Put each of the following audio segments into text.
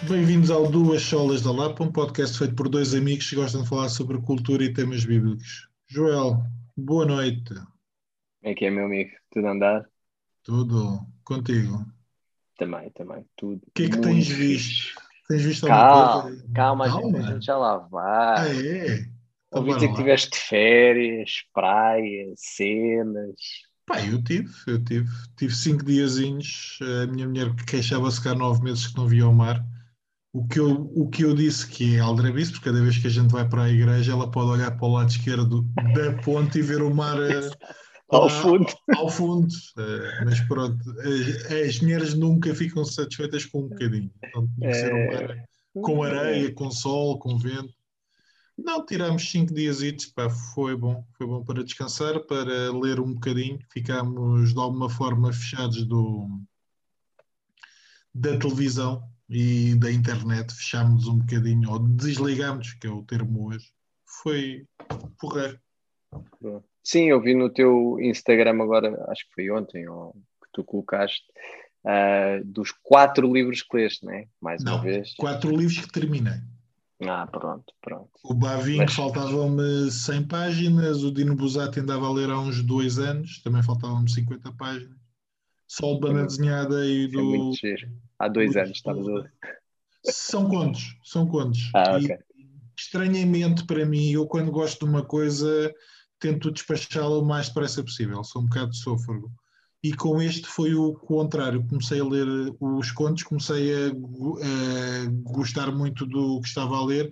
Bem-vindos ao Duas Solas da Lapa, um podcast feito por dois amigos que gostam de falar sobre cultura e temas bíblicos. Joel, boa noite. É que é, meu amigo, tudo a andar? Tudo contigo. O Também, tudo que é que tens muito visto? fixe. Tens visto alguma coisa? Calma, a gente Calma. já lá Ah, vai. é? Então Ouvi bora dizer que lá. tiveste férias, praias, cenas. Pá, eu tive 5 diazinhos. A minha mulher queixava-se que há 9 meses que não via o mar. O que eu disse que é aldrabice, porque cada vez que a gente vai para a igreja, ela pode olhar para o lado esquerdo da ponte e ver o mar Ao lá fundo. ao fundo. Mas pronto, as mulheres nunca ficam satisfeitas com um bocadinho. Então tinha que ser o É, mar com areia, com sol, com vento. Não, tiramos 5 dias, pá, foi bom para descansar, para ler um bocadinho. Ficámos de alguma forma fechados da televisão e da internet, fechámos um bocadinho, ou desligámos, que é o termo hoje. Foi porreiro. sim, eu vi no teu Instagram agora, acho que foi ontem, ou que tu colocaste, dos 4 livros que leste, né? Mais uma Não, vez. 4 livros que terminei. Pronto. O Bavin, que Mas, faltavam-me 100 páginas, o Dino Buzzati andava a ler há uns 2 anos, também faltavam-me 50 páginas. Só de banda desenhada e isso é muito do, giro. Há do 2 anos estavas a Isto. ler. São contos, são contos. Ok. E estranhamente para mim, eu quando gosto de uma coisa, tento despachá-la o mais depressa possível. Sou um bocado de sôfrego. E com este foi o contrário. Comecei a ler os contos, comecei a gostar muito do que estava a ler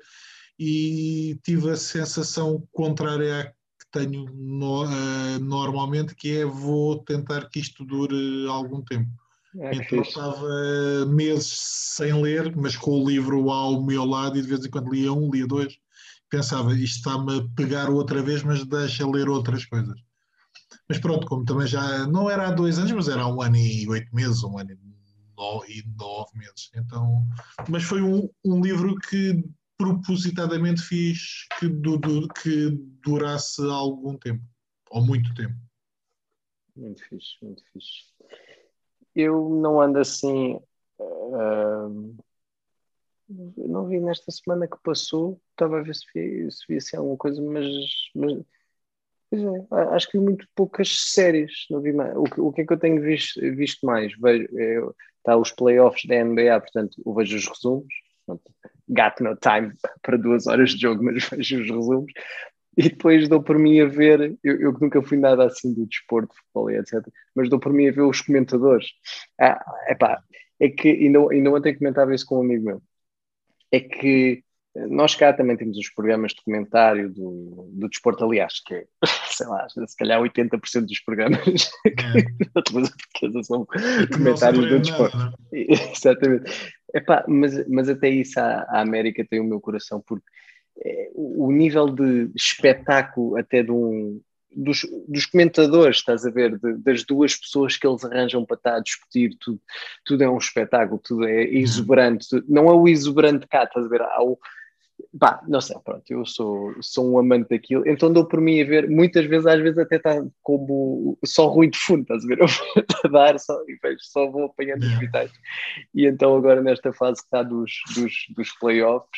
e tive a sensação contrária à que tenho normalmente, que é vou tentar que isto dure algum tempo. Que Então fixe. estava meses sem ler, mas com o livro ao meu lado e de vez em quando lia um, lia dois. Pensava, isto está-me a pegar outra vez, mas deixa ler outras coisas. Mas pronto, como também já não era há 2 anos, mas era há 1 ano e 8 meses, 1 ano e 9 meses. Então, mas foi um livro que propositadamente fiz que durasse algum tempo, ou muito tempo. Muito fixe, muito fixe. Eu não ando assim. ah, não vi nesta semana que passou. Estava a ver se vi assim alguma coisa, mas pois é, acho que vi muito poucas séries. Não vi mais. O que é que eu tenho visto mais? Tá os playoffs da NBA, portanto, eu vejo os resumos. Portanto, got no time para 2 horas de jogo, mas vejo os resumos. E depois dou por mim a ver, eu que nunca fui nada assim do desporto, futebol e etc., mas dou por mim a ver os comentadores. Epá, é que ainda ontem comentava isso com um amigo meu. É que nós cá também temos os programas de comentário do desporto, aliás, que é, sei lá, se calhar 80% dos programas É, da televisão portuguesa são é que não se comentários do aprende desporto. nada, não? Exatamente. Epá, mas até isso a América tem o meu coração, porque o nível de espetáculo até dos comentadores, estás a ver, das duas pessoas que eles arranjam para estar a discutir, tudo é um espetáculo, tudo é É. exuberante, não é o exuberante cá, estás a ver, pá, não sei, pronto, eu sou um amante daquilo, então dou por mim a ver, muitas vezes, às vezes até está como só ruído de fundo, estás a ver, eu vou a dar só, e vejo, só vou apanhando os É. vitais. E então agora nesta fase que está dos playoffs,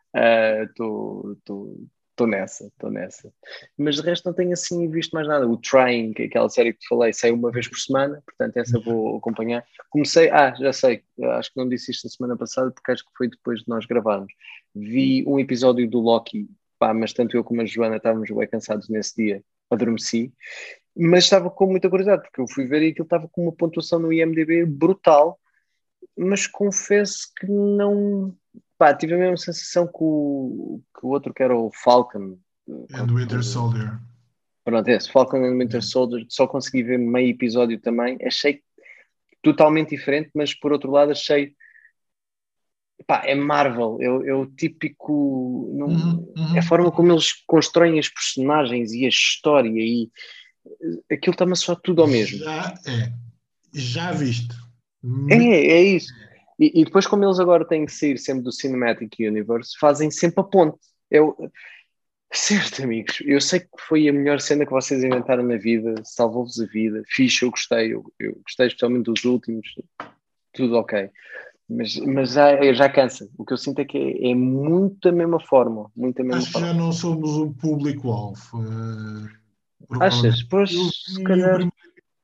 estou nessa. Mas de resto não tenho assim visto mais nada. O Trying, que é aquela série que te falei, sai uma vez por semana, portanto essa vou acompanhar. Comecei, já sei, acho que não disse isto na semana passada, porque acho que foi depois de nós gravarmos. Vi um episódio do Loki, pá, mas tanto eu como a Joana estávamos bem cansados nesse dia, adormeci, mas estava com muita curiosidade, porque eu fui ver e aquilo estava com uma pontuação no IMDb brutal, mas confesso que não. Pá, tive a mesma sensação que o outro que era o Falcon. And Winter Soldier. Pronto, esse Falcon and Winter É. Soldier, só consegui ver meio episódio também. Achei totalmente diferente, mas por outro lado achei. Pá, é Marvel, é o típico. Uhum, É a uhum. forma como eles constroem as personagens e a história, e aquilo está-me só tudo ao mesmo. Já viste. É isso. E depois, como eles agora têm que sair sempre do Cinematic Universe, fazem sempre a ponte. Eu, certo, amigos, eu sei que foi a melhor cena que vocês inventaram na vida, salvou-vos a vida, fixe, eu gostei, eu gostei especialmente dos últimos, tudo ok. Mas já cansa. O que eu sinto é que é muito a mesma forma. Muito a mesma Acho que forma. já não somos o público-alvo, Achas? provavelmente. Pois, Eu se vi o calhar. primeiro,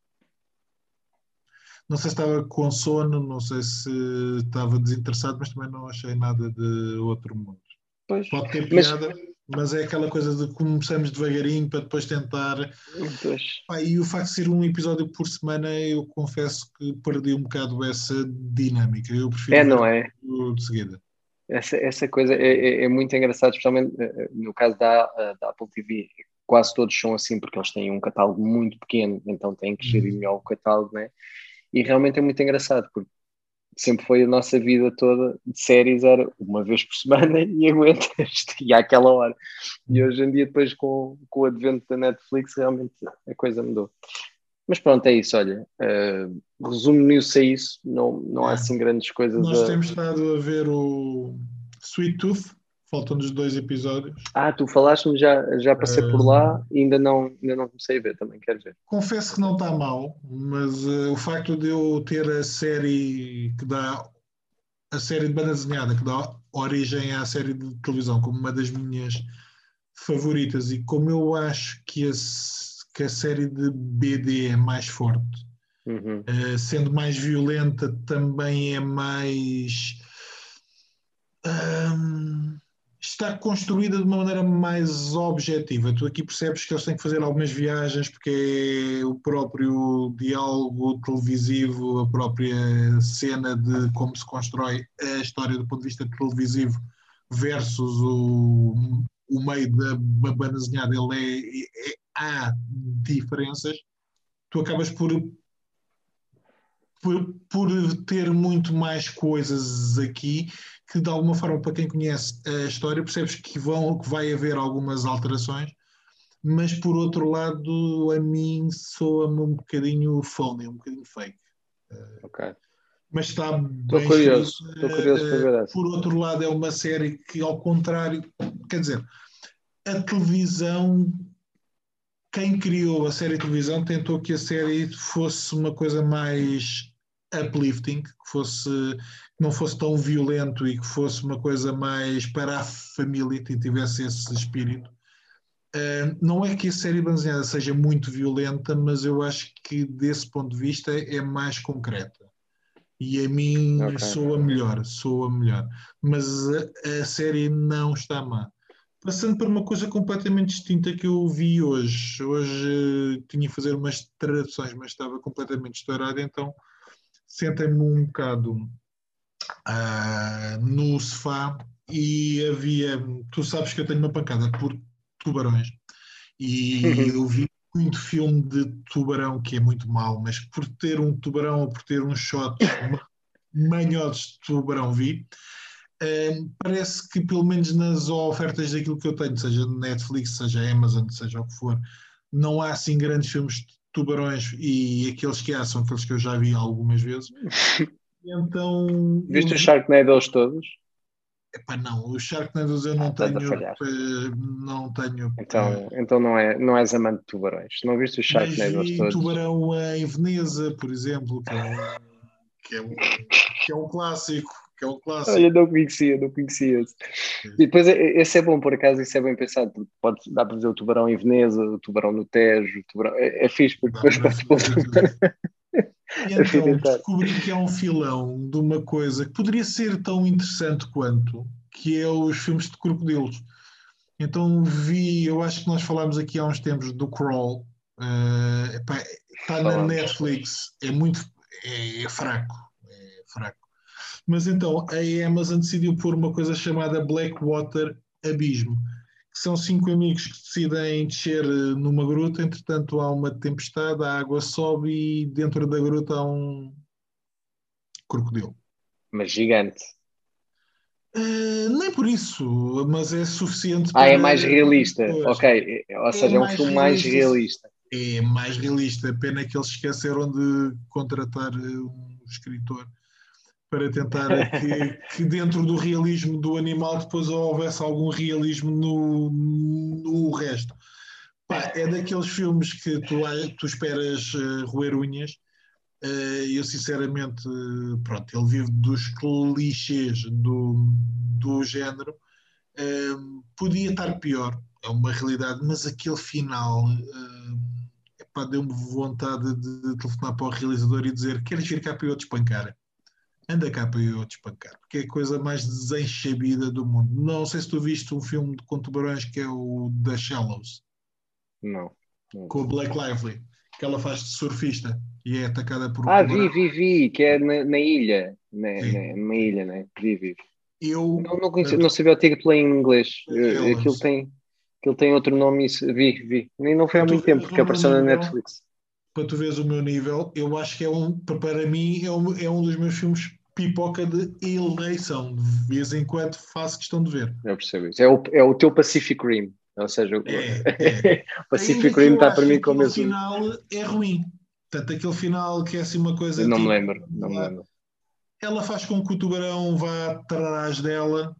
não sei se estava com sono, não sei se estava desinteressado, mas também não achei nada de outro mundo. Pois. Pode ter Mas, piada, mas é aquela coisa de começamos devagarinho para depois tentar. pois. Pá, e o facto de ser um episódio por semana, eu confesso que perdi um bocado essa dinâmica. Eu prefiro É, ver não é? tudo de seguida. Essa coisa é muito engraçada, especialmente no caso da Apple TV. Quase todos são assim, porque eles têm um catálogo muito pequeno, então têm que gerir Uhum. melhor o catálogo, né? E realmente é muito engraçado, porque sempre foi a nossa vida toda de séries, era uma vez por semana e aguentas, e àquela hora. E hoje em dia, depois com o advento da Netflix, realmente a coisa mudou. Mas pronto, é isso, olha. Resumo-se a isso, não há É. assim grandes coisas Nós a. temos estado a ver o Sweet Tooth, faltam-nos 2 episódios. Tu falaste-me, já passei por lá Uh, e ainda não comecei a ver, também quero ver. Confesso que não está mal, mas o facto de eu ter a série que dá a série de banda desenhada que dá origem à série de televisão como uma das minhas favoritas e como eu acho que a série de BD é mais forte, Uhum. sendo mais violenta, também é mais. hum, Está construída de uma maneira mais objetiva. Tu aqui percebes que eles têm que fazer algumas viagens porque é o próprio diálogo televisivo, a própria cena de como se constrói a história do ponto de vista televisivo versus o meio da banda desenhada. Há diferenças. Tu acabas por ter muito mais coisas aqui que, de alguma forma, para quem conhece a história, percebes que vai haver algumas alterações, mas por outro lado, a mim soa-me um bocadinho phony, um bocadinho fake. Ok. Mas está Estou bem escrita. curioso. Estou curioso para ver essa. Por outro lado, é uma série que, ao contrário, quer dizer, a televisão, quem criou a série de televisão tentou que a série fosse uma coisa mais uplifting, que não fosse tão violento e que fosse uma coisa mais para a família, que tivesse esse espírito. Não é que a série baseada seja muito violenta, mas eu acho que desse ponto de vista é mais concreta. E a mim Ok. soa melhor. Mas a série não está má. Passando para uma coisa completamente distinta que eu vi hoje. Hoje tinha que fazer umas traduções, mas estava completamente estourado, então sentei-me um bocado no sofá e havia. Tu sabes que eu tenho uma pancada por tubarões e eu vi muito filme de tubarão que é muito mau, mas por ter um tubarão ou por ter uns shots manhosos de tubarão vi. Parece que, pelo menos nas ofertas daquilo que eu tenho, seja Netflix, seja Amazon, seja o que for, não há assim grandes filmes de tubarões e aqueles que há são aqueles que eu já vi algumas vezes. Então eu Viste os vi. Sharknadoes todos? Epá, não, os Sharknadoes eu não Estás a tenho, falhar. não tenho, Então não és amante de tubarões. Se não viste os mas Sharknadoes vi todos, Tubarão em Veneza, por exemplo, que é um, que é um clássico, que é um olha, clássico. não conhecia esse. E depois esse é bom, por acaso, isso é bem pensado. Porque dá para fazer o tubarão em Veneza, o tubarão no Tejo, o tubarão. É fixe, porque Dá depois para pode pôr fazer tudo. E a vida então inteira. descobri que há um filão de uma coisa que poderia ser tão interessante quanto, que é os filmes de crocodilos. Então vi, eu acho que nós falámos aqui há uns tempos do Crawl. Está na Falamos. Netflix, é fraco, é fraco. Mas então a Amazon decidiu pôr uma coisa chamada Blackwater Abismo, que são 5 amigos que decidem descer numa gruta, entretanto há uma tempestade, a água sobe e dentro da gruta há um crocodilo. Mas gigante. Nem por isso, mas é suficiente É para mais realista. pessoas. Ok. Ou É seja, é um mais filme mais realista, realista. é mais realista. Pena que eles esqueceram de contratar um escritor para tentar que dentro do realismo do animal depois houvesse algum realismo no resto. Pá, é daqueles filmes que tu esperas roer unhas Eu sinceramente, pronto, ele vive dos clichês do género. Podia estar pior, é uma realidade, mas aquele final, epá, deu-me vontade de telefonar para o realizador e dizer: queres vir cá para eu te espancar? Anda cá para eu te espancar, porque é a coisa mais desenxabida do mundo. Não sei se tu viste um filme com tubarões que é o The Shallows, Não, não com o vi. Blake Lively, que ela faz de surfista e é atacada por um Ah, tubarão. vi, que é na ilha. Sim. Numa ilha, né? Vi. Eu, Não conhecia, não sabia o título em inglês. The Shallows, Aquilo tem outro nome, isso, vi. Nem não foi para há tu muito tempo, veres porque o meu apareceu na nível, Netflix. para tu veres o meu nível, eu acho que para mim, é um dos meus filmes pipoca de eleição. De vez em quando faço questão de ver. Já percebi isso. É o teu Pacific Rim. Ou seja, o É. Ainda Pacific que Rim eu está para acho que mim como aquele esse. final é ruim. Portanto, aquele final que é assim uma Eu coisa não me tipo. lembro, não me lembro. Ela faz com que o tubarão vá atrás dela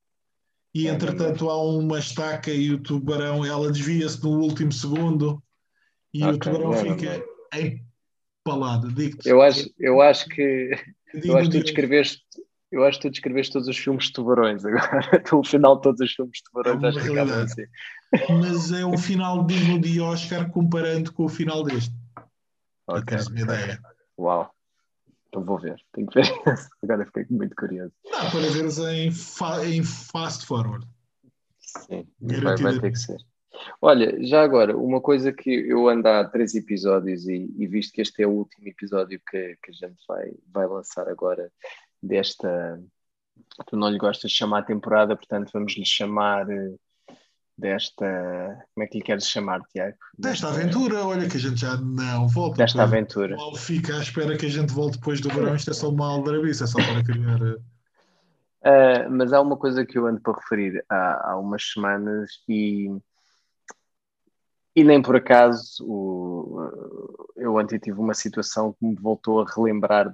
e, É, não me lembro. entretanto, há uma estaca e o tubarão, ela desvia-se no último segundo e o Ok, tubarão já não me fica lembro. empalado. Digo-te, Eu é acho, eu acho que eu acho digno que tu de hoje. descreveste, eu acho que tu descreveste todos os filmes de tubarões agora. O final de todos os filmes de É tubarões uma acho que acabam realidade. assim. Mas é um final digno de Oscar comparando com o final deste, para Ok, teres uma ok. ideia. Uau. Então vou ver. Tenho que ver. Agora fiquei muito curioso. Dá para veres em fast forward, Sim, vai ter que garantidamente. ser. Olha, já agora, uma coisa que eu ando há 3 episódios e visto que este é o último episódio que a gente vai lançar agora desta. Tu não lhe gostas de chamar temporada, portanto vamos lhe chamar desta. Como é que lhe queres chamar, Tiago? Desta aventura, olha que a gente já não volta, Desta pois o aventura. pessoal fica à espera que a gente volte depois do verão. Isto é só uma aldrabice, é só para criar. Mas há uma coisa que eu ando para referir há umas semanas e nem por acaso eu ontem tive uma situação que me voltou a relembrar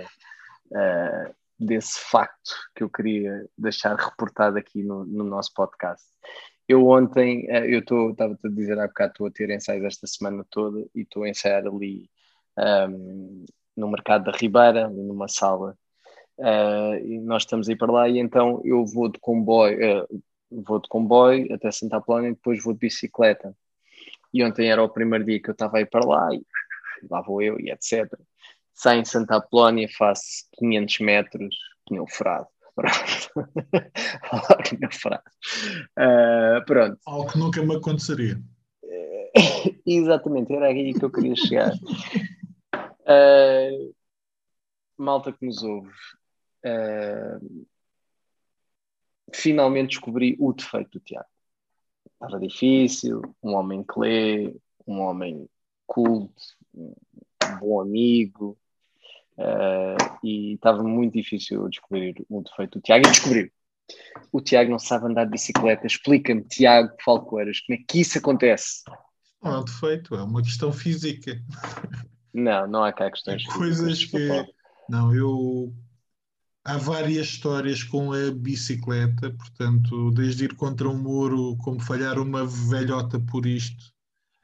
desse facto que eu queria deixar reportado aqui no nosso podcast. Eu ontem, estava-te a dizer há bocado, estou a ter ensaios esta semana toda e estou a ensaiar ali no Mercado da Ribeira, ali numa sala. E nós estamos a ir para lá e então eu vou de comboio até Santa Apolónia e depois vou de bicicleta. E ontem era o primeiro dia que eu estava a ir para lá e lá vou eu e etc. Saio em Santa Apolónia, faço 500 metros, pneu furado. Pneu furado. Pronto. Algo que nunca me aconteceria. Exatamente, era aí que eu queria chegar. Uh, malta que nos ouve. Finalmente descobri o defeito do Tiago. Estava difícil, um homem que lê, um homem culto, um bom amigo, e estava muito difícil descobrir o defeito do Tiago. E descobri. O Tiago não sabe andar de bicicleta. Explica-me, Tiago Falcoeiras, como é que isso acontece? Não é um defeito, é uma questão física. Não, não há cá Há questões físicas, coisas desculpa lá. que. Não, há várias histórias com a bicicleta, portanto, desde ir contra um muro, como falhar uma velhota por isto.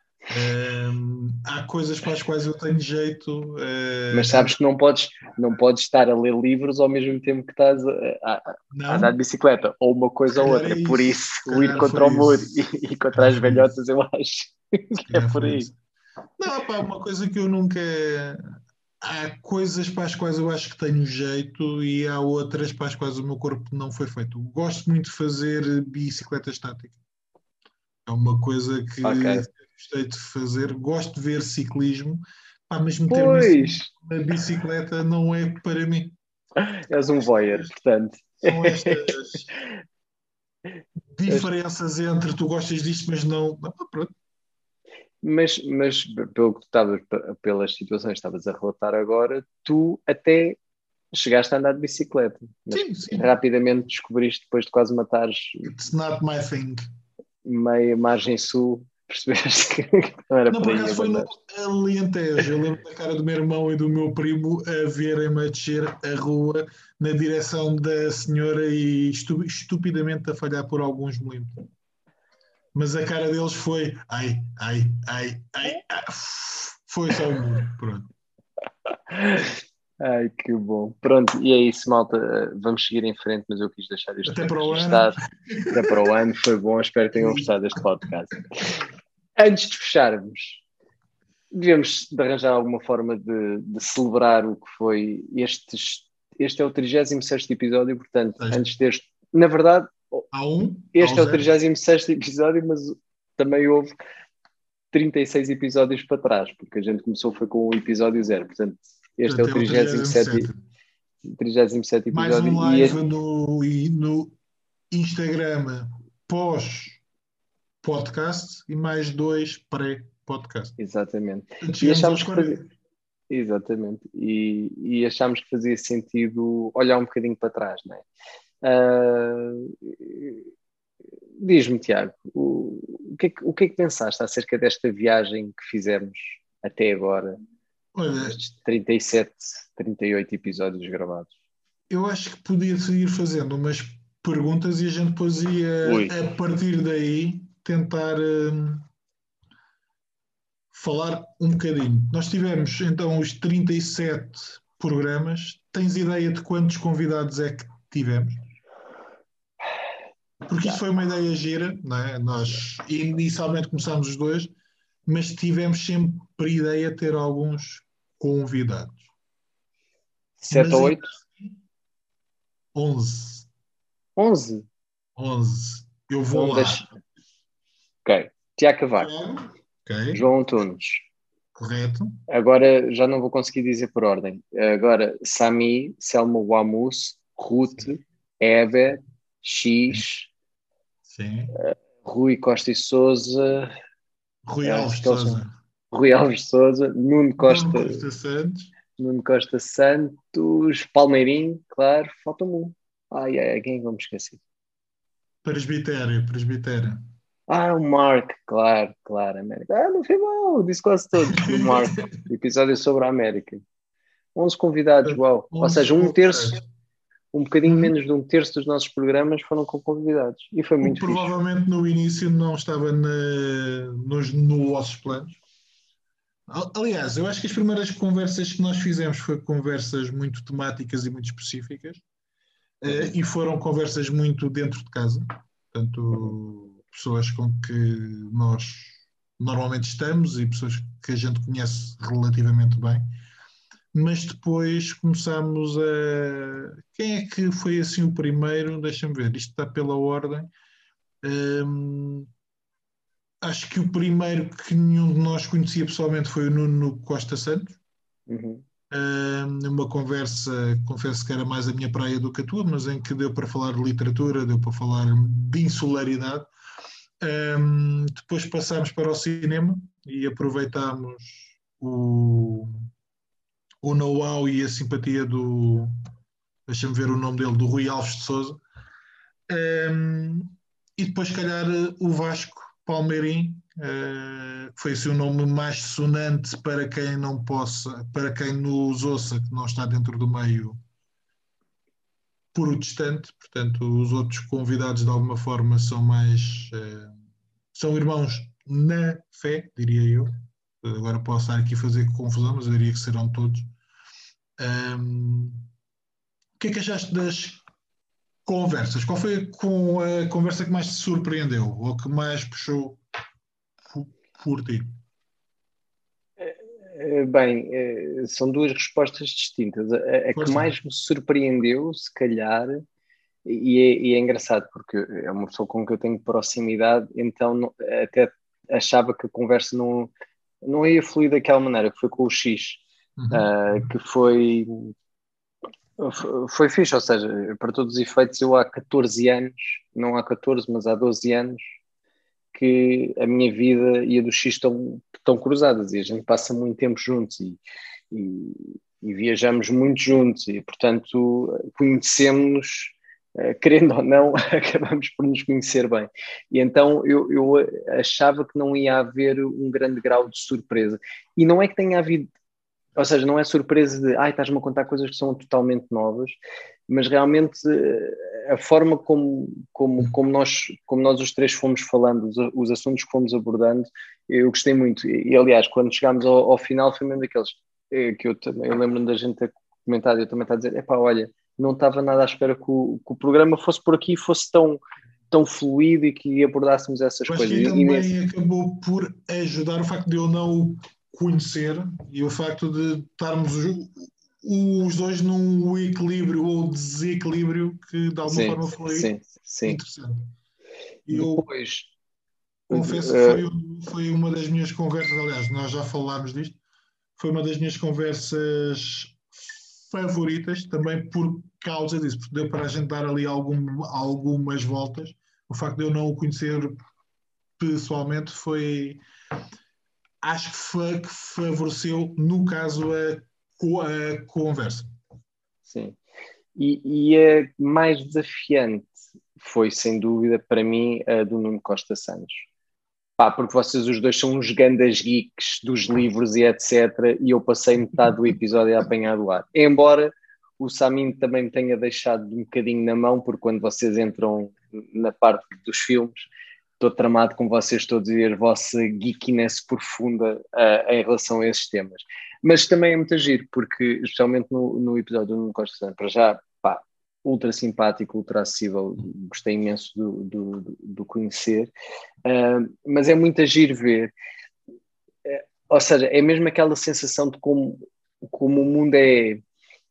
Há coisas para as quais eu tenho jeito. Mas sabes que não podes estar a ler livros ao mesmo tempo que estás a andar de Não, bicicleta, ou uma se coisa ou calhar é outra. Por isso. isso, Se o ir calhar contra o foi muro isso. e Se contra calhar as foi isso. velhotas, eu acho Se que é calhar por foi aí. isso. Não, pá, uma coisa que eu nunca. Há coisas para as quais eu acho que tenho jeito e há outras para as quais o meu corpo não foi feito. Gosto muito de fazer bicicleta estática. É uma coisa que Ok. gostei de fazer. Gosto de ver ciclismo, pá, mas meter-me em cima Pois, de uma bicicleta não é para mim. és um voyeur, portanto. São estas diferenças entre tu gostas disto, mas não. Ah, pronto. Mas pelo que tu estavas, pelas situações que estavas a relatar agora, tu até chegaste a andar de bicicleta, mas Sim, sim. rapidamente descobriste, depois de quase matares It's not my thing. meia margem sul, percebeste que não era Não, por por aí acaso onde foi no andaste. Alentejo. Eu lembro da cara do meu irmão e do meu primo a verem-me a descer a rua na direção da senhora e estupidamente a falhar por alguns milímetros. Mas a cara deles foi ai, ai, ai, ai, ai. Foi só um muro. Pronto. Ai, que bom. Pronto, e é isso, malta. Vamos seguir em frente, mas eu quis deixar isto Até para o ano. registado. Até para o ano, foi bom. Espero que tenham gostado deste podcast. Antes de fecharmos, devemos de arranjar alguma forma de celebrar o que foi este é o 36º episódio, portanto, antes deste, na verdade, este é o 36º episódio, mas também houve 36 episódios para trás, porque a gente começou foi com o episódio 0, portanto, este é o 37º episódio. Mais um live no Instagram pós-podcast e mais 2 pré-podcast. Exatamente. E achámos que fazia... Exatamente. E achámos que fazia sentido olhar um bocadinho para trás, não é? Diz-me, Tiago, o que é que pensaste acerca desta viagem que fizemos até agora? Olha, estes 37, 38 episódios gravados. Eu acho que podia seguir fazendo umas perguntas e a gente depois ia, a partir daí, tentar falar um bocadinho. Nós tivemos então os 37 programas. Tens ideia de quantos convidados é que tivemos? Porque isto foi uma ideia gira, não é? Nós inicialmente começámos os dois, mas tivemos sempre a ideia de ter alguns convidados. 7 ou 8? 11. 11? 11. Eu vou lá. Ok. Tiago Cavaco. Okay. João Antunes. Correto. Agora já não vou conseguir dizer por ordem. Agora Sami, Selma Wamus, Ruth, Eber, X, Rui Costa e Souza, Rui Alves Souza. Rui Alves Souza, Nuno Costa Santos. Nuno Costa Santos, Palmeirinho, claro, falta-me um. Ai, quem é que vamos esquecer? Presbitério. O Mark, claro, América. Não foi mal, disse quase todos. O Mark, episódio sobre a América. 11 convidados, uau. Ou seja, um terço, um bocadinho menos de um terço dos nossos programas foram com convidados. E foi muito fixe. Provavelmente no início não estava nos vossos planos. Aliás, eu acho que as primeiras conversas que nós fizemos foram conversas muito temáticas e muito específicas. E foram conversas muito dentro de casa. Portanto, pessoas com que nós normalmente estamos e pessoas que a gente conhece relativamente bem. Mas depois começámos a... Quem é que foi assim o primeiro? Deixa-me ver, isto está pela ordem. Acho que o primeiro que nenhum de nós conhecia pessoalmente foi o Nuno Costa Santos. Uma conversa, confesso que era mais a minha praia do que a tua, mas em que deu para falar de literatura, deu para falar de insularidade. Depois passámos para o cinema e aproveitámos o know-how e a simpatia deixa-me ver o nome dele, do Rui Alves de Souza. E depois, se calhar, o Vasco Palmeirim, que foi assim o nome mais sonante para quem não possa, para quem nos ouça, que não está dentro do meio protestante. Portanto, os outros convidados de alguma forma são mais são irmãos na fé, diria eu. Agora posso estar aqui a fazer confusão, mas eu diria que serão todos. O que é que achaste das conversas? Qual foi a conversa que mais te surpreendeu ou que mais puxou por ti? Bem, são duas respostas distintas. A que mais me surpreendeu, se calhar, e é engraçado porque é uma pessoa com que eu tenho proximidade, então até achava que a conversa não ia fluir daquela maneira, que foi com o X, que foi fixe, ou seja, para todos os efeitos, eu há 14 anos, não há 14, mas há 12 anos, que a minha vida e a do X estão cruzadas e a gente passa muito tempo juntos e viajamos muito juntos e, portanto, conhecemos-nos, querendo ou não, acabamos por nos conhecer bem. E então eu achava que não ia haver um grande grau de surpresa. E não é que tenha havido, ou seja, não é surpresa de estás-me a contar coisas que são totalmente novas, mas realmente a forma como nós os três fomos falando, os assuntos que fomos abordando, eu gostei muito. E aliás, quando chegámos ao final, foi mesmo daqueles, que eu também, eu lembro-me da gente ter comentado, eu também estava a dizer, epá, olha, não estava nada à espera que o programa fosse por aqui, fosse tão fluido e que abordássemos essas Eu acho que coisas. aí E nesse, também acabou por ajudar o facto de eu não o conhecer e o facto de estarmos os dois num equilíbrio ou desequilíbrio que de alguma sim, forma foi sim, sim. interessante. E eu Depois, confesso que foi uma das minhas conversas, aliás, nós já falámos disto, foi uma das minhas conversas favoritas, também por causa disso, porque deu para a gente dar ali algumas voltas. O facto de eu não o conhecer pessoalmente foi, acho que favoreceu, no caso, a conversa. sim. E a mais desafiante foi, sem dúvida, para mim, a do Nuno Costa Santos. Pá, porque vocês os dois são uns grandes geeks dos livros e etc. E eu passei metade do episódio a apanhar do ar. Embora o Samin também me tenha deixado um bocadinho na mão, porque quando vocês entram na parte dos filmes, estou tramado com vocês todos e a vossa geekiness profunda em relação a esses temas. Mas também é muito giro, porque especialmente no episódio do Nuno Costa Santos, para já, pá, ultra simpático, ultra acessível, gostei imenso do conhecer. Mas é muito agir ver, ou seja, é mesmo aquela sensação de como o mundo é.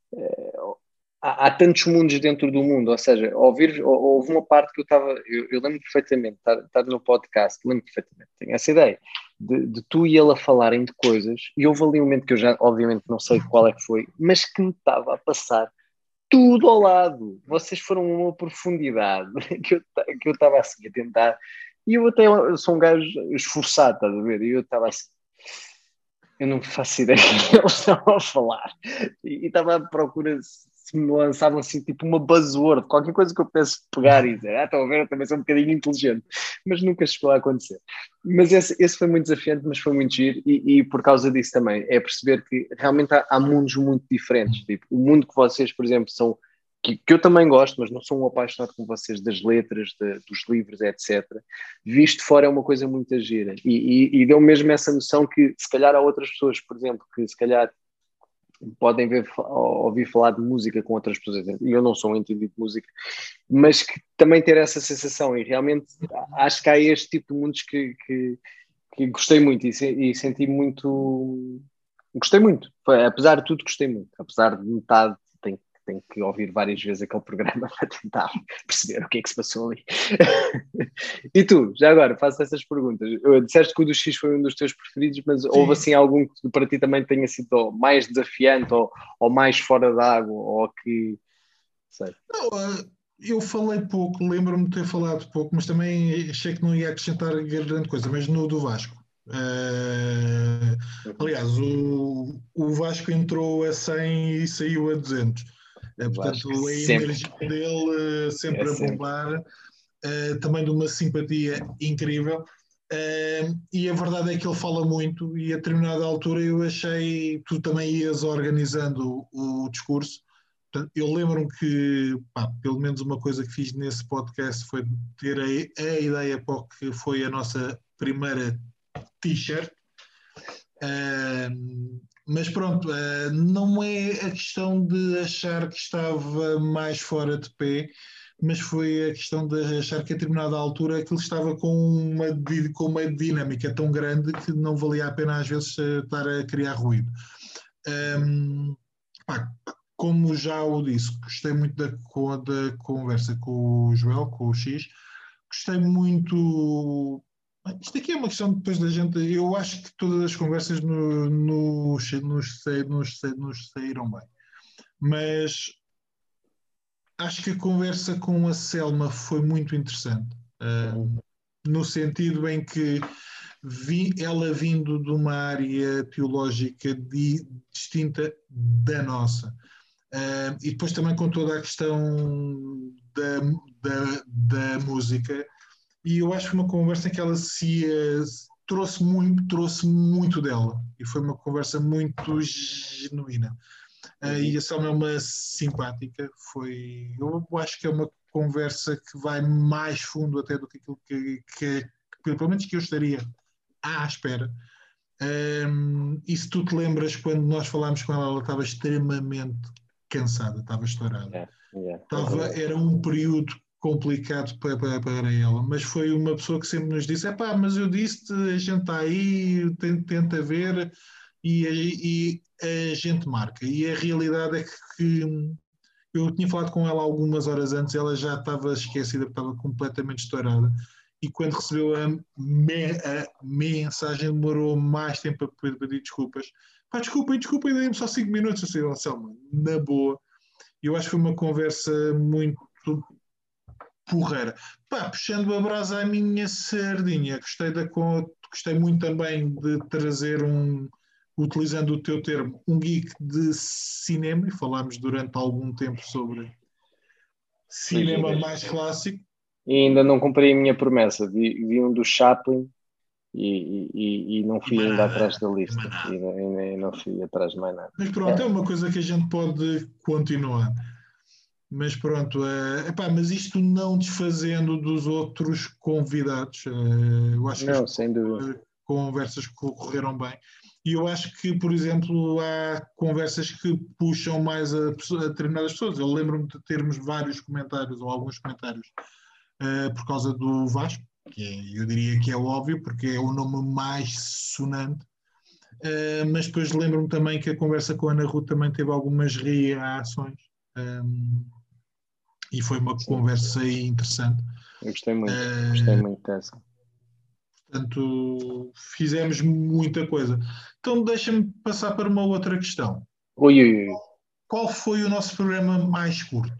Há tantos mundos dentro do mundo, ou seja, houve uma parte que eu lembro perfeitamente, estar no podcast, lembro perfeitamente, tenho essa ideia, de tu e ele a falarem de coisas, e houve ali um momento que eu já, obviamente, não sei qual é que foi, mas que me estava a passar tudo ao lado. Vocês foram a uma profundidade que eu estava assim a tentar. E eu até sou um gajo esforçado, estás a ver? E eu estava assim, eu não faço ideia do que eles estavam a falar. E estava à procura se me lançavam assim, tipo uma buzzword, qualquer coisa que eu pudesse pegar e dizer, estão a ver, eu também sou um bocadinho inteligente. Mas nunca chegou a acontecer. Mas esse foi muito desafiante, mas foi muito giro. E por causa disso também, é perceber que realmente há mundos muito diferentes. Tipo, o mundo que vocês, por exemplo, são que eu também gosto, mas não sou um apaixonado como vocês das letras, dos livros, etc. Visto de fora é uma coisa muito gira. E deu mesmo essa noção que, se calhar, há outras pessoas, por exemplo, que se calhar podem ouvir falar de música com outras pessoas, e eu não sou um entendido de música, mas que também ter essa sensação. E realmente acho que há este tipo de mundos que gostei muito e senti muito. Gostei muito. Apesar de tudo, gostei muito. Apesar de metade, tenho que ouvir várias vezes aquele programa para tentar perceber o que é que se passou ali. E tu, já agora, faço essas perguntas. Disseste que o do X foi um dos teus preferidos, mas houve Sim. assim algum que para ti também tenha sido mais desafiante ou mais fora d'água, ou que. Sei. Não, eu falei pouco, lembro-me de ter falado pouco, mas também achei que não ia acrescentar grande coisa, mas no do Vasco. Uhum. Aliás, o Vasco entrou a 100 e saiu a 200. Eu acho que Portanto, a sempre. energia dele É sempre a sempre. bombar, também de uma simpatia incrível. E a verdade é que ele fala muito, e a determinada altura eu achei, tu também ias organizando o discurso. Portanto, eu lembro-me que, pá, pelo menos uma coisa que fiz nesse podcast foi ter a ideia para o que foi a nossa primeira t-shirt. Mas pronto, não é a questão de achar que estava mais fora de pé, mas foi a questão de achar que a determinada altura aquilo estava com uma dinâmica tão grande que não valia a pena às vezes estar a criar ruído. Um, Pá, como já o disse, gostei muito da conversa com o Joel, com o X, gostei muito. Isto aqui é uma questão depois da gente. Eu acho que todas as conversas nos saíram bem. Mas acho que a conversa com a Selma foi muito interessante. Uhum. No sentido em que ela vindo de uma área teológica distinta da nossa. E depois também com toda a questão da música. E eu acho que foi uma conversa em que ela trouxe muito dela. E foi uma conversa muito genuína. E Uhum. a Selma é uma simpática. Eu acho que é uma conversa que vai mais fundo até do que aquilo que pelo menos que eu estaria à espera. e se tu te lembras, quando nós falámos com ela, ela estava extremamente cansada, estava estourada. Era um período complicado para ela, mas foi uma pessoa que sempre nos disse: mas eu disse-te, a gente está aí, tenta ver e a gente marca. E a realidade é que eu tinha falado com ela algumas horas antes, ela já estava esquecida, estava completamente estourada. E quando recebeu a mensagem, demorou mais tempo para pedir desculpas. Desculpa, dei-me só 5 minutos. Eu sei, Selma, na boa. Eu acho que foi uma conversa muito porreira. Puxando a brasa à minha sardinha, gostei muito também de trazer utilizando o teu termo, um geek de cinema, e falámos durante algum tempo sobre cinema mais clássico. E ainda não cumpri a minha promessa, vi um do Chaplin e não fui ainda atrás da lista, e não fui atrás de mais nada. Mas pronto, é uma coisa que a gente pode continuar. Mas pronto, mas isto não desfazendo dos outros convidados. Eu acho que sem dúvida. Conversas correram bem. E eu acho que, por exemplo, há conversas que puxam mais a determinadas pessoas. Eu lembro-me de termos vários comentários, ou alguns comentários, por causa do Vasco, eu diria que é óbvio, porque é o nome mais sonante. Mas depois lembro-me também que a conversa com a Ana Ruth também teve algumas reações. E foi uma conversa interessante. Eu gostei muito dessa. Portanto, fizemos muita coisa. Então, deixa-me passar para uma outra questão. Ui. Qual foi o nosso programa mais curto?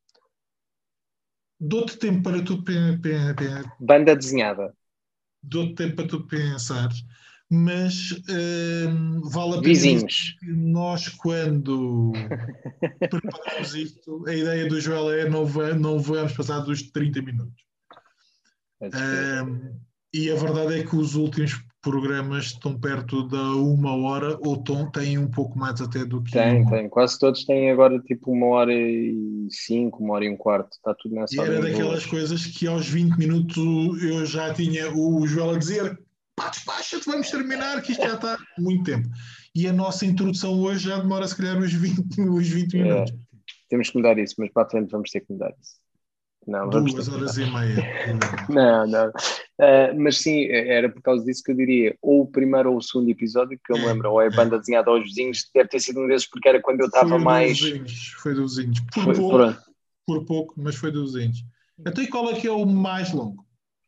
Dou-te tempo para tu Banda desenhada. Dou-te tempo para tu pensares, mas vale a pena Vizinhos. dizer que nós, quando preparamos isto, a ideia do Joel é não vamos passar dos 30 minutos. E a verdade é que os últimos programas estão perto da 1 hora ou têm um pouco mais até do que Tem. Quase todos têm agora tipo 1h05, 1h15. Está tudo nessa hora. E era daquelas coisas que aos 20 minutos eu já tinha o Joel a dizer: despacha-te, vamos terminar, que isto já está muito tempo. E a nossa introdução hoje já demora se calhar uns 20 minutos. Temos que mudar isso, mas para a frente vamos ter que mudar isso. Não, 2h30. Não. Mas sim, era por causa disso que eu diria ou o primeiro ou o segundo episódio, que eu me lembro, ou é Banda Desenhada aos Vizinhos, deve ter sido um desses, porque era quando eu estava mais... Foi dos vizinhos. Por pouco, mas foi dos vizinhos. Então, e qual é que é o mais longo?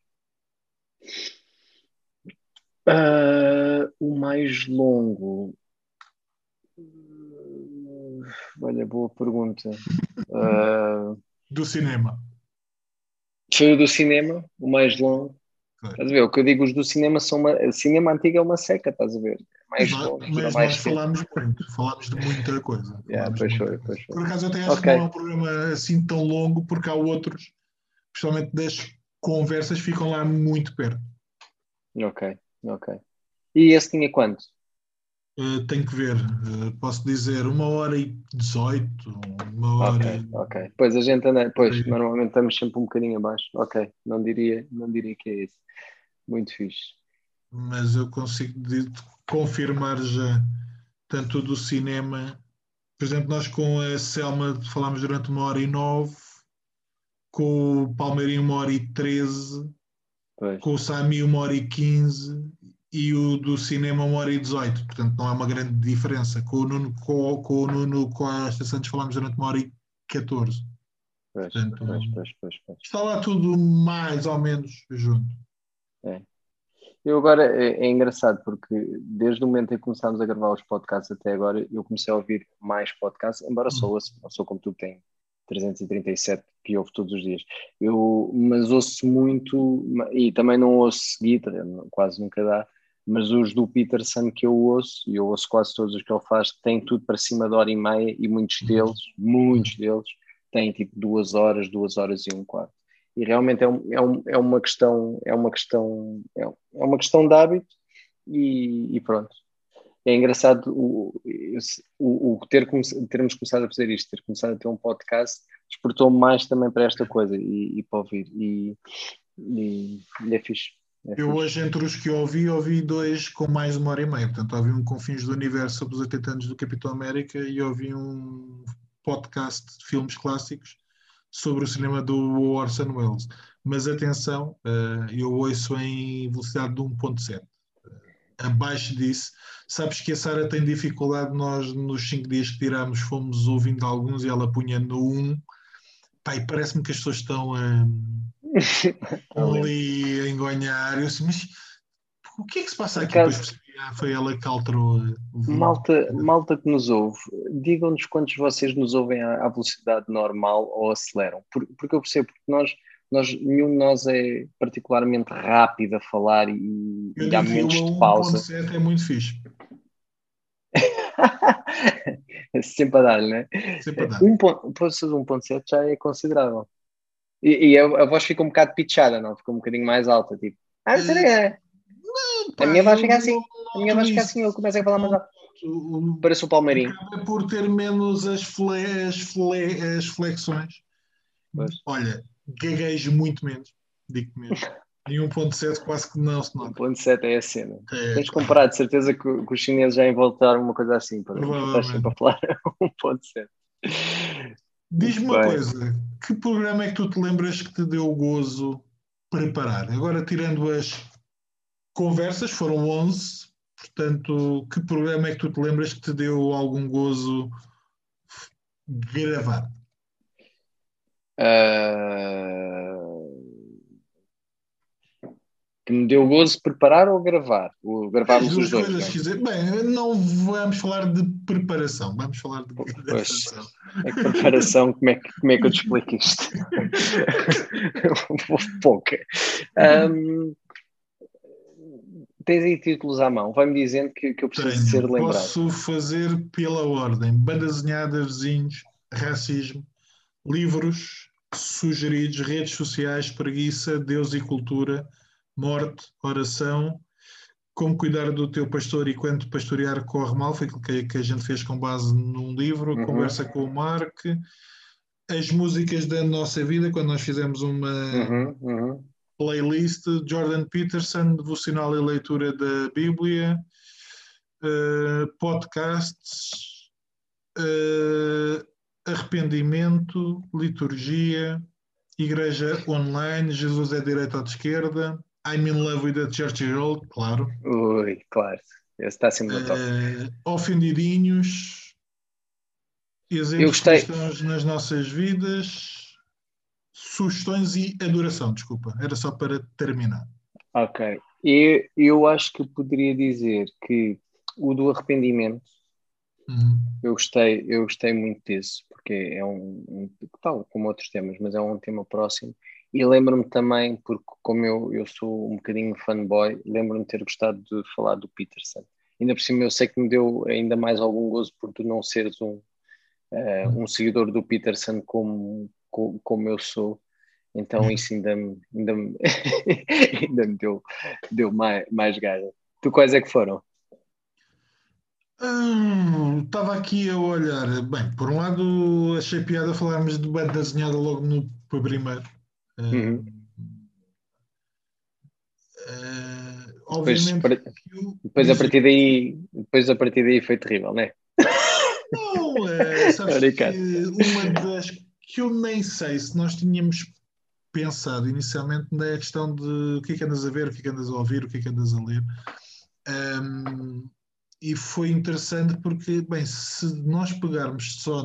O mais longo... Olha, boa pergunta. Do cinema. Foi o do cinema, o mais longo. Claro. Estás a ver? O que eu digo, os do cinema são cinema antigo é uma seca, estás a ver? Mais longo, mas nós falámos muito, falámos de muita coisa. Pois. Por acaso eu até acho que não é um programa assim tão longo, porque há outros, principalmente das conversas, ficam lá muito perto. Ok. E esse tinha quanto? Tenho que ver. Posso dizer 1h18, 1h. Ok. Pois a gente anda, normalmente estamos sempre um bocadinho abaixo. Ok, não diria que é esse. Muito fixe. Mas eu consigo confirmar já tanto do cinema. Por exemplo, nós com a Selma falámos durante 1h09, com o Palmeirinho 1h13, com o Sami 1h15 e o do cinema 1h18. Portanto, não é uma grande diferença. Com o Nuno Costa Santos falámos durante 1h14. Portanto, está lá tudo mais ou menos junto. Eu agora, é engraçado porque desde o momento em que começámos a gravar os podcasts até agora, eu comecei a ouvir mais podcasts, embora não sou como tu, que tem 337 que ouve todos os dias. Mas ouço muito, e também não ouço seguida, quase nunca dá, mas os do Peterson que eu ouço, e eu ouço quase todos os que ele faz, têm tudo para cima de 1h30 e muitos deles têm tipo 2 horas, 2h15. E realmente é uma questão de hábito e pronto. É engraçado termos começado a fazer isto, ter começado a ter um podcast, despertou mais também para esta coisa e para ouvir. E é fixe. É Eu fixe. hoje, entre os que ouvi dois com mais de 1 hora e meia. Portanto, ouvi um Confins do Universo sobre os 80 anos do Capitão América e ouvi um podcast de filmes clássicos sobre o cinema do Orson Welles. Mas atenção, eu ouço em velocidade de 1.7. Abaixo disso, sabes que a Sara tem dificuldade, nós nos 5 dias que tiramos fomos ouvindo alguns e ela punha no 1. Pá, e parece-me que as pessoas estão Além. ali a engonhar. Eu assim, mas o que é que se passa Por aqui? Depois acaso, percebi, foi ela que alterou o volume. malta que nos ouve, digam-nos quantos vocês nos ouvem à velocidade normal ou aceleram. Porque eu percebo, porque nenhum de nós é particularmente rápido a falar Eu e há digo que eu momentos a de pausa. 1.7 é muito fixe. Sempre a dar, né? Sempre a dar. Pois 1.7 já é considerável. E a voz fica um bocado pitchada, não? Fica um bocadinho mais alta, tipo. Ah, Eh, será? A Pá, minha voz eu fica não assim. A minha noto voz fica isso. assim, eu começo a falar mais Não alto. noto. Parece o Palmeirim. Acaba por ter menos as flexões. Pois. Olha, gaguejo muito menos, digo mesmo. Em 1.7 quase que não se nota. 1.7 é a cena. É, Tens de pá, comparar, de certeza que os chineses já inventaram uma coisa assim, para estás sempre a provavelmente. falar 1.7. Muito Diz-me uma bem. coisa, que programa é que tu te lembras que te deu gozo preparar? Agora, tirando as conversas, foram 11, portanto, que programa é que tu te lembras que te deu algum gozo gravar? Ah, que me deu gozo preparar ou gravar? As Gravámos os duas dois, coisas, não se é? P- quiser. Bem, não vamos falar de preparação, vamos falar de Pois, gravação. é que preparação, como é que eu te explico isto? Pouca. Ahm, tens aí títulos à mão, vai-me dizendo que eu preciso de ser Tenho. lembrado. Posso fazer pela ordem: banda desenhada, vizinhos, racismo, livros sugeridos, redes sociais, preguiça, Deus e cultura, morte, oração, como cuidar do teu pastor e quando pastorear corre mal, foi aquilo que a gente fez com base num livro, a Uhum, conversa com o Mark, as músicas da nossa vida, quando nós fizemos uma uhum, uhum. playlist, Jordan Peterson, devocional e leitura da Bíblia, podcasts, uh, arrependimento, liturgia, igreja online, Jesus é direita ou de esquerda, I'm in love with the Church World, claro, Ui, claro, esse está sempre no top. ofendidinhos, Eu exemplos gostei, cristãos nas nossas vidas, sugestões e adoração, desculpa, era só para terminar. ok. Eu acho que poderia dizer que o do arrependimento, Uhum. eu gostei muito disso, porque é tal como outros temas, mas é um tema próximo. E lembro-me também, porque como eu sou um bocadinho fanboy, lembro-me de ter gostado de falar do Peterson. Ainda por cima, eu sei que me deu ainda mais algum gozo por tu não seres um seguidor do Peterson como eu sou. Então isso ainda me deu mais garra. Tu quais é que foram? Estava aqui a olhar. Bem, por um lado, achei piada falarmos de banda desenhada logo no primeiro. Uhum. Hum, Depois, obviamente que o depois a diz partir daí, depois a partir daí foi terrível, né? não, sabes que Obrigado. uma das que eu nem sei se nós tínhamos pensado inicialmente na questão de o que é que andas a ver, o que é que andas a ouvir, o que é que andas a ler. Hum, e foi interessante porque, bem, se nós pegarmos só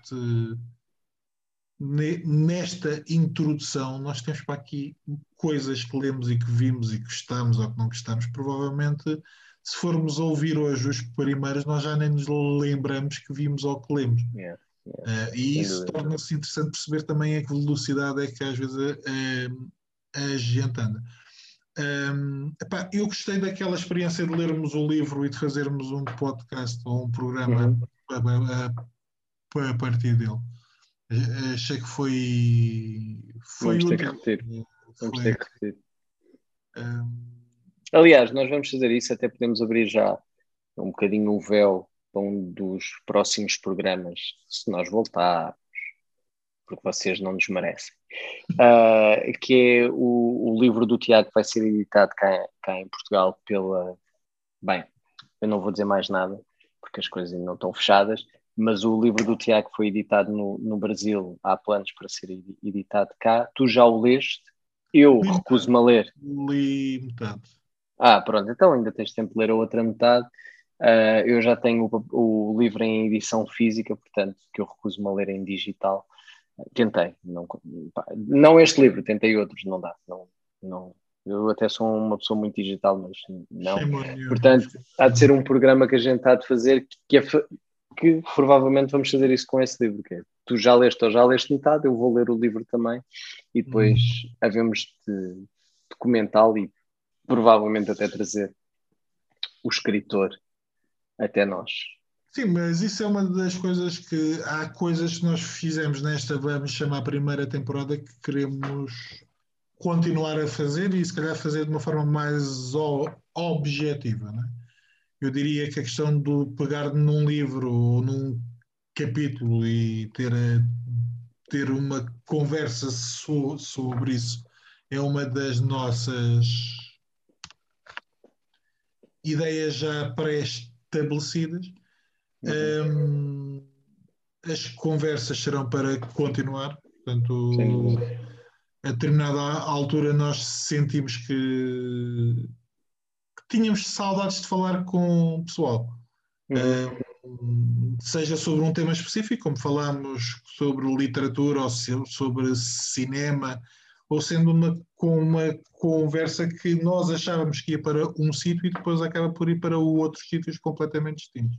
nesta introdução, nós temos para aqui coisas que lemos e que vimos e que gostamos ou que não gostamos. Provavelmente, se formos ouvir hoje os primeiros, nós já nem nos lembramos que vimos ou que lemos. Yeah, yeah, E sem isso dúvida. torna-se interessante perceber também a que velocidade é que às vezes a gente anda. Epá, eu gostei daquela experiência de lermos o livro e de fazermos um podcast ou um programa Uhum. a partir dele. Achei que foi Vamos ter que útil. repetir. Vamos Foi, ter que repetir. um, Aliás, nós vamos fazer isso, até podemos abrir já um bocadinho o véu para um dos próximos programas, se nós voltar. porque vocês não nos merecem. Que é o livro do Tiago, que vai ser editado cá em Portugal pela... Bem, eu não vou dizer mais nada, porque as coisas ainda não estão fechadas, mas o livro do Tiago foi editado no Brasil, há planos para ser editado cá. Tu já o leste? Eu Li recuso-me a ler. Li metade. Pronto, então ainda tens tempo de ler a outra metade. Eu já tenho o livro em edição física, portanto, que eu recuso-me a ler em digital. Tentei, não este livro, tentei outros, não dá. Não, eu até sou uma pessoa muito digital, mas não. Shame on you. Portanto, há de ser um programa que a gente há de fazer que provavelmente vamos fazer isso com esse livro. Que é, tu já leste ou já leste metade, eu vou ler o livro também e depois havemos de comentá-lo e provavelmente até trazer o escritor até nós. Sim, mas isso é uma das coisas que há coisas que nós fizemos nesta, vamos chamar, primeira temporada, que queremos continuar a fazer e se calhar fazer de uma forma mais objetiva, não é? Eu diria que a questão de pegar num livro ou num capítulo e ter uma conversa sobre isso é uma das nossas ideias já pré-estabelecidas. As conversas serão para continuar, portanto, a determinada altura nós sentimos que tínhamos saudades de falar com o pessoal. Seja sobre um tema específico, como falámos sobre literatura ou sobre cinema, ou sendo com uma conversa que nós achávamos que ia para um sítio e depois acaba por ir para outros sítios completamente distintos.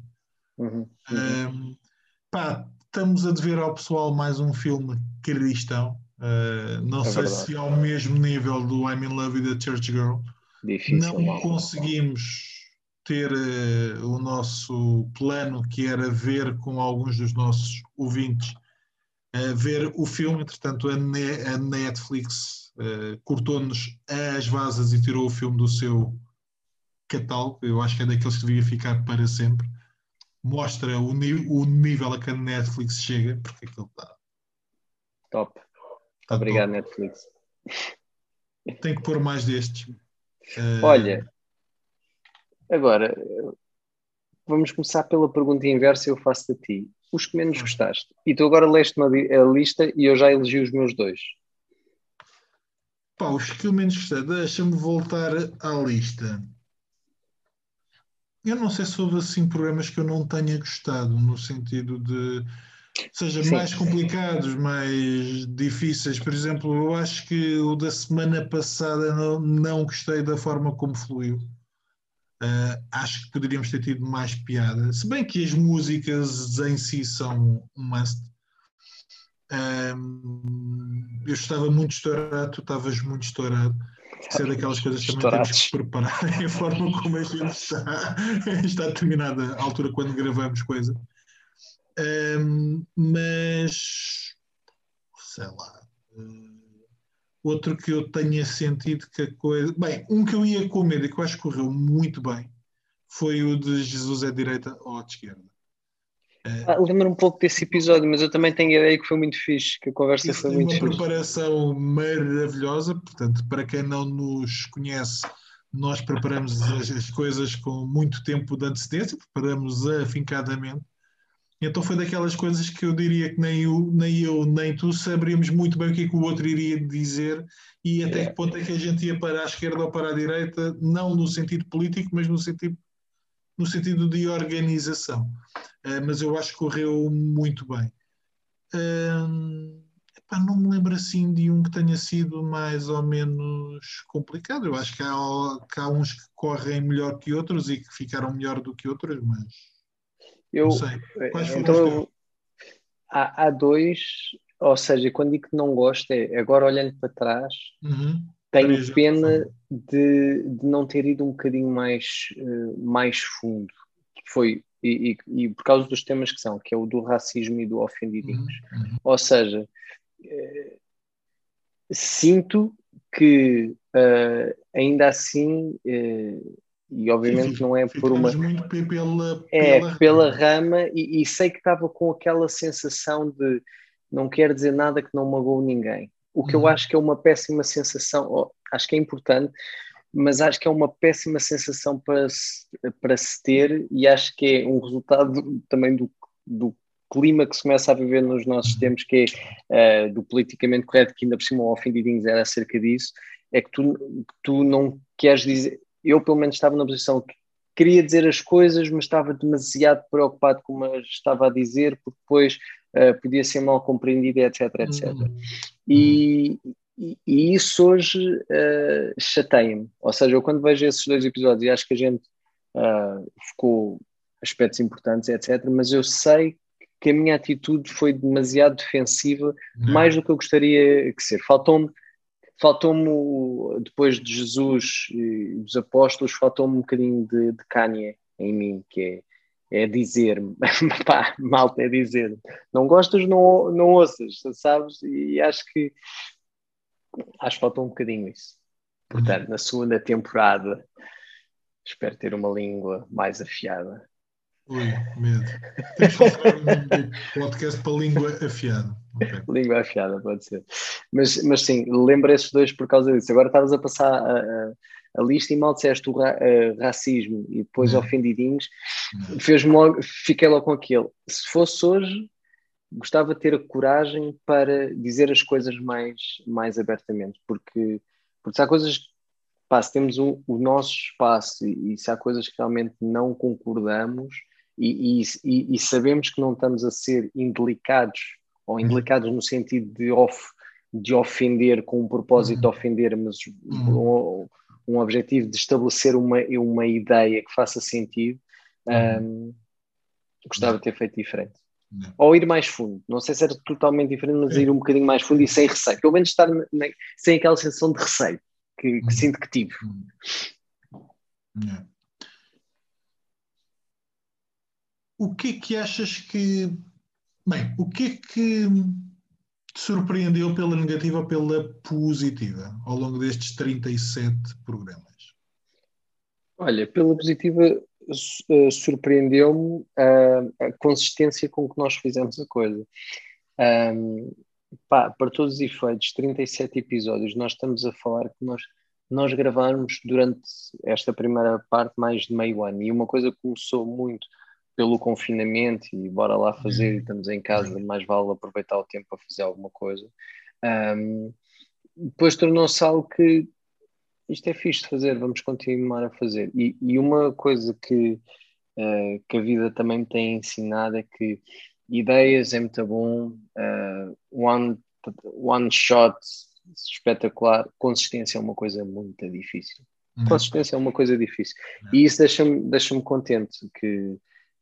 Estamos a dever ao pessoal mais um filme cristão. Não sei verdade. se ao mesmo nível do I'm in Love with a Church Girl. Difícil, não conseguimos ter o nosso plano, que era ver com alguns dos nossos ouvintes, ver o filme. Entretanto, a Netflix cortou-nos as vasas e tirou o filme do seu catálogo. Eu acho que é daqueles que devia ficar para sempre. Mostra o nível a que a Netflix chega, porque aquilo está top. Obrigado, top. Netflix. Tem que pôr mais destes. Olha, agora vamos começar pela pergunta inversa. Eu faço a ti. Os que menos gostaste? E tu agora leste-me a lista e eu já elegi os meus 2. Os que eu menos gostei, deixa-me voltar à lista. Eu não sei se houve assim programas que eu não tenha gostado, no sentido de seja mais complicados, mais difíceis. Por exemplo, eu acho que o da semana passada não gostei da forma como fluiu. Acho que poderíamos ter tido mais piada, se bem que as músicas em si são um must. Eu estava muito estourado, tu estavas muito estourado. Isso é daquelas coisas que também temos que preparar a forma como a gente está a determinada altura quando gravamos coisa. Mas sei lá. Outro que eu tenha sentido que a coisa. Bem, um que eu ia com medo e que eu acho que correu muito bem foi o de Jesus à direita ou à esquerda. Lembro-me um pouco desse episódio, mas eu também tenho a ideia que foi muito fixe, que a conversa foi muito fixe. Uma preparação maravilhosa, portanto, para quem não nos conhece, nós preparamos as coisas com muito tempo de antecedência, preparamos afincadamente. Então foi daquelas coisas que eu diria que nem eu, nem tu saberíamos muito bem o que é que o outro iria dizer e até que ponto é que a gente ia para a esquerda ou para a direita, não no sentido político, mas no sentido de organização. Mas eu acho que correu muito bem. Não me lembro assim de um que tenha sido mais ou menos complicado. Eu acho que há uns que correm melhor que outros e que ficaram melhor do que outros, mas não sei. Quais foram os teus? Há 2, ou seja, quando digo que não gosto, agora olhando para trás, tenho pena de não ter ido um bocadinho mais fundo. Foi, e por causa dos temas que é o do racismo e do ofendidinhos. Ou seja, sinto que ainda assim, e obviamente não é por uma... muito pela pela rama, e sei que estava com aquela sensação de não quer dizer nada que não magoe ninguém. O que eu acho que é uma péssima sensação, acho que é importante, mas acho que é uma péssima sensação para se ter, e acho que é um resultado também do clima que se começa a viver nos nossos tempos, que é do politicamente correto, que ainda por cima ao ofendidinhos era acerca disso, é que tu não queres dizer, eu pelo menos estava na posição que queria dizer as coisas, mas estava demasiado preocupado com o que estava a dizer, porque depois podia ser mal compreendido, etc, etc. E isso hoje chateia-me. Ou seja, eu quando vejo esses 2 episódios, e acho que a gente focou aspectos importantes, etc., mas eu sei que a minha atitude foi demasiado defensiva, mais do que eu gostaria que ser. Faltou-me, depois de Jesus e dos apóstolos, faltou-me um bocadinho de Kanye em mim, que é dizer-me, pá, malta, é dizer-me, não gostas, não ouças, sabes? E acho que faltou um bocadinho isso. Portanto, na segunda temporada, espero ter uma língua mais afiada. Ui, medo. Temos que alterar o nome do podcast para língua afiada. Okay. Língua afiada, pode ser. Mas sim, lembro esses 2 por causa disso. Agora estavas a passar a lista e mal disseste o racismo e depois ofendidinhos. Fez-me logo, fiquei logo com aquele. Se fosse hoje, gostava de ter a coragem para dizer as coisas mais abertamente, porque se há coisas, pá, se temos o nosso espaço e se há coisas que realmente não concordamos e sabemos que não estamos a ser indelicados, ou indelicados no sentido de ofender com um propósito de ofender, mas um objetivo de estabelecer uma ideia que faça sentido, gostava de ter feito diferente. Ou ir mais fundo, não sei se era totalmente diferente, mas ir um bocadinho mais fundo e sem receio, pelo menos estar sem aquela sensação de receio que sinto que tive. O que é que achas que... Bem, o que é que te surpreendeu pela negativa ou pela positiva ao longo destes 37 programas? Olha, pela positiva surpreendeu-me a consistência com que nós fizemos a coisa. Para todos os efeitos, 37 episódios, nós estamos a falar que nós gravámos durante esta primeira parte mais de meio ano, e uma coisa que começou muito pelo confinamento e bora lá fazer, e estamos em casa, mais vale aproveitar o tempo para fazer alguma coisa. Depois tornou-se algo que isto é fixe de fazer, vamos continuar a fazer. E uma coisa que a vida também me tem ensinado é que ideias é muito bom, one shot espetacular, consistência é uma coisa muito difícil. Consistência é uma coisa difícil. E isso deixa-me contente que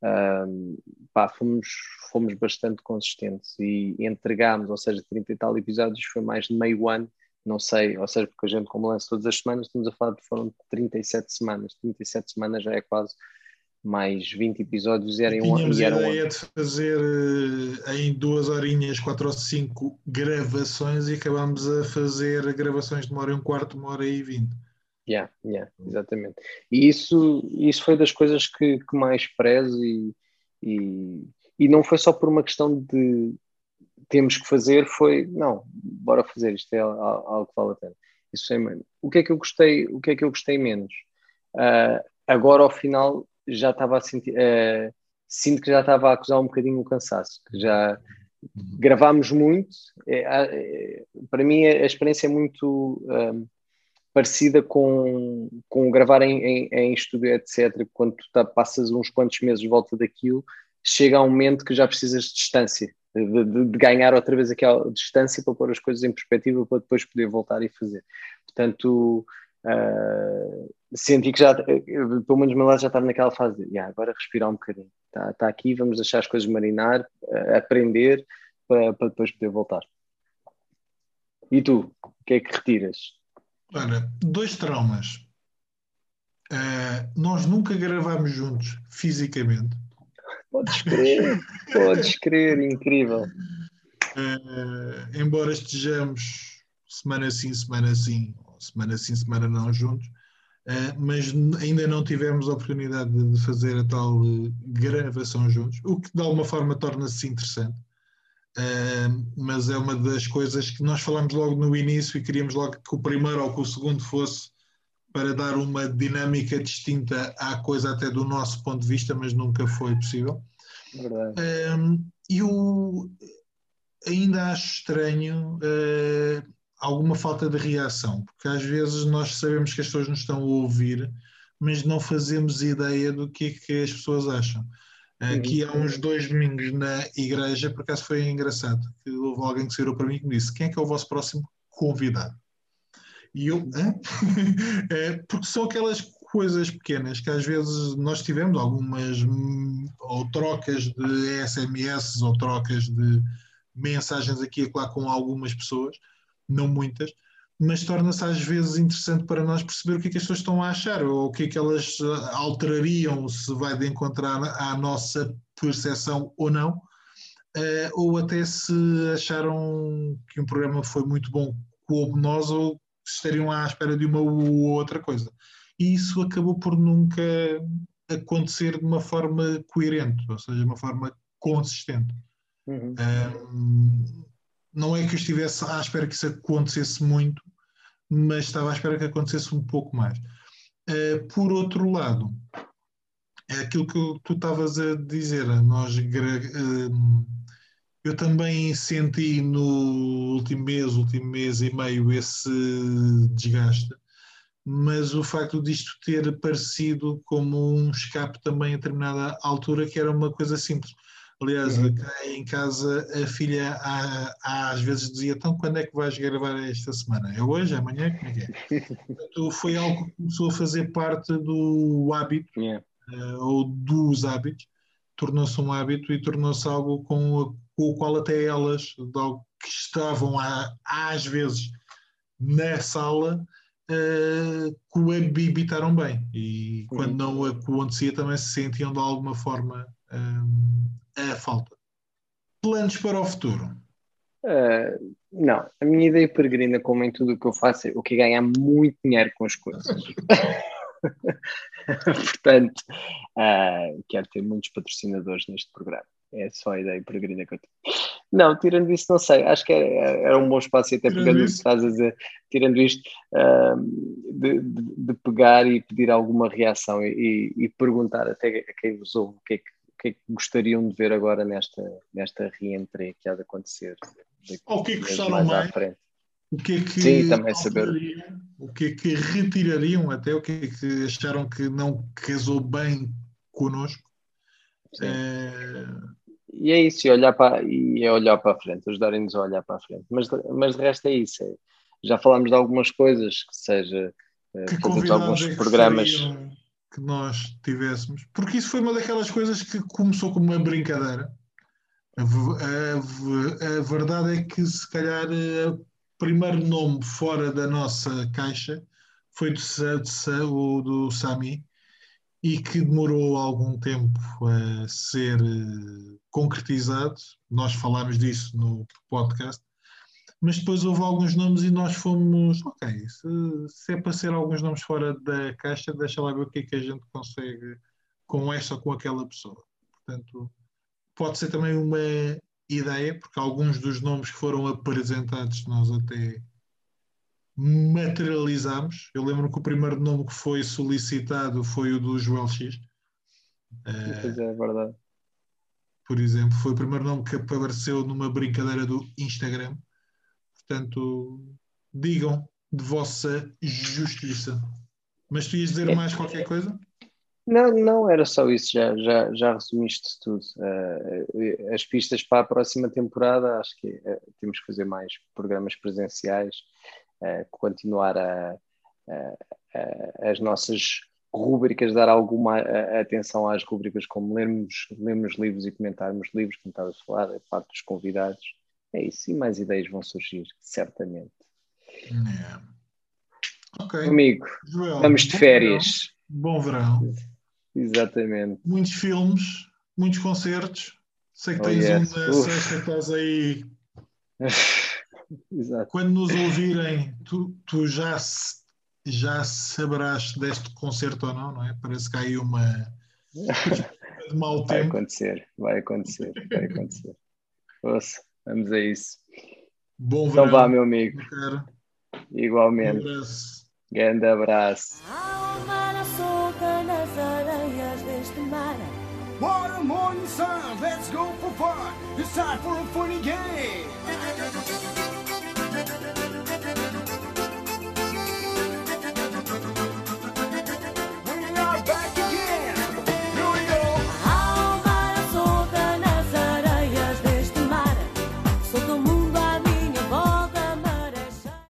fomos bastante consistentes e entregámos, ou seja, 30 e tal episódios, foi mais de meio ano, não sei, ou seja, porque a gente como lança todas as semanas, estamos a falar de foram 37 semanas, 37 semanas já é quase mais 20 episódios. Tínhamos a ideia de fazer em 2 horinhas, 4 ou 5 gravações e acabámos a fazer gravações de 1h15, 1h20. Exatamente. E isso foi das coisas que mais prezo e não foi só por uma questão de temos que fazer, foi não, bora fazer, isto é algo que vale a pena. Isso foi mesmo. O que é que eu gostei menos? Agora ao final já estava a sentir, sinto que já estava a acusar um bocadinho o cansaço, que já gravámos muito, para mim a experiência é muito parecida com gravar em estúdio, etc. Quando tu passas uns quantos meses de volta daquilo, chega a um momento que já precisas de distância, de ganhar outra vez aquela distância para pôr as coisas em perspectiva, para depois poder voltar e fazer. Portanto, senti que já, pelo menos meu lado, já estava naquela fase de agora respirar um bocadinho. Está aqui, vamos deixar as coisas marinar, aprender, para depois poder voltar. E tu, o que é que retiras? Olha, 2 traumas. Nós nunca gravámos juntos, fisicamente. Podes crer, incrível. Embora estejamos semana sim, semana não juntos, mas ainda não tivemos a oportunidade de fazer a tal gravação juntos, o que de alguma forma torna-se interessante. mas é uma das coisas que nós falamos logo no início e queríamos logo que o primeiro ou que o segundo fosse para dar uma dinâmica distinta à coisa até do nosso ponto de vista, mas nunca foi possível. Verdade. Eu ainda acho estranho alguma falta de reação, porque às vezes nós sabemos que as pessoas nos estão a ouvir, mas não fazemos ideia do que é que as pessoas acham. Aqui há uns 2 domingos na igreja, por acaso foi engraçado, que houve alguém que saiu para mim e me disse: quem é que é o vosso próximo convidado? E eu, hã? Porque são aquelas coisas pequenas que às vezes nós tivemos algumas ou trocas de SMS ou trocas de mensagens aqui e lá com algumas pessoas, não muitas, mas torna-se às vezes interessante para nós perceber o que é que as pessoas estão a achar ou o que é que elas alterariam, se vai de encontrar à nossa percepção ou não, ou até se acharam que um programa foi muito bom como nós ou estariam à espera de uma ou outra coisa. E isso acabou por nunca acontecer de uma forma coerente, ou seja, de uma forma consistente. Uhum. Não é que eu estivesse à espera que isso acontecesse muito, mas estava à espera que acontecesse um pouco mais. Por outro lado, é aquilo que tu estavas a dizer, eu também senti no último mês e meio esse desgaste, mas o facto disto ter parecido como um escape também a determinada altura, que era uma coisa simples. Aliás, Uhum. cá em casa a filha às vezes dizia: então quando é que vais gravar esta semana? É hoje? É amanhã? Como é que é? Portanto, foi algo que começou a fazer parte do hábito, Yeah. ou dos hábitos, tornou-se um hábito e tornou-se algo com o qual até elas, de algo que estavam às vezes na sala, coabitaram bem. E quando Uhum. não acontecia, também se sentiam de alguma forma a falta. Planos para o futuro. Não, a minha ideia peregrina, como em tudo o que eu faço, é o que é ganhar muito dinheiro com as coisas. Portanto, quero ter muitos patrocinadores neste programa. É só a ideia peregrina que eu tenho. Não, tirando isso, não sei. Acho que era um bom espaço, e até Tirando pegando o que isso, estás a dizer, tirando isto, de pegar e pedir alguma reação e perguntar até a quem vos ouve o que é que gostariam de ver agora nesta reentrée que há de acontecer daqui ao que é a que meses gostaram mais à mais, frente. o que é Sim, que também saber. alterariam, o que é que retirariam, até o que é que acharam que não casou bem connosco. Sim. Eh, E é isso, e olhar para a frente, ajudarem-nos a olhar para a frente. Mas de resto é isso. Já falámos de algumas coisas, que seja, que fazemos convidados alguns é que programas. gostariam que nós tivéssemos? Porque isso foi uma daquelas coisas que começou como uma brincadeira. A verdade é que, se calhar, o primeiro nome fora da nossa caixa foi o do Sami e que demorou algum tempo a ser concretizado. Nós falámos disso no podcast, mas depois houve alguns nomes e nós fomos, ok, se é para ser alguns nomes fora da caixa, deixa lá ver o que é que a gente consegue com esta ou com aquela pessoa. Portanto, pode ser também uma ideia, porque alguns dos nomes que foram apresentados nós até materializámos. Eu lembro que o primeiro nome que foi solicitado foi o do Joel X, Pois é, é verdade. por exemplo, foi o primeiro nome que apareceu numa brincadeira do Instagram. Portanto, digam de vossa justiça. Mas tu ias dizer É, mais qualquer coisa? não, não era só isso, já resumiste tudo. As pistas para a próxima temporada, acho que temos que fazer mais programas presenciais, continuar as nossas rúbricas, dar alguma atenção às rúbricas, como lermos livros e comentarmos livros, como estava a falar, a parte dos convidados. É isso, e mais ideias vão surgir, certamente. É. Ok. Amigo, Joel, vamos de bom verão. férias. Bom verão. Exatamente. Muitos filmes, muitos concertos. Sei que Oh tens um yes. na sexta que Uf. estás aí. Exato. Quando nos ouvirem, tu já saberás deste concerto ou não, não é? Parece que há aí uma perspectiva de mau Vai tempo. acontecer, vai acontecer, vai acontecer. Ouça. Vamos a isso. Bom Então verão. vá, meu amigo. Igualmente. Um abraço. Grande abraço. Alma solta nas areias deste mar. What a morning sun, let's go for fun. It's time for a funny game.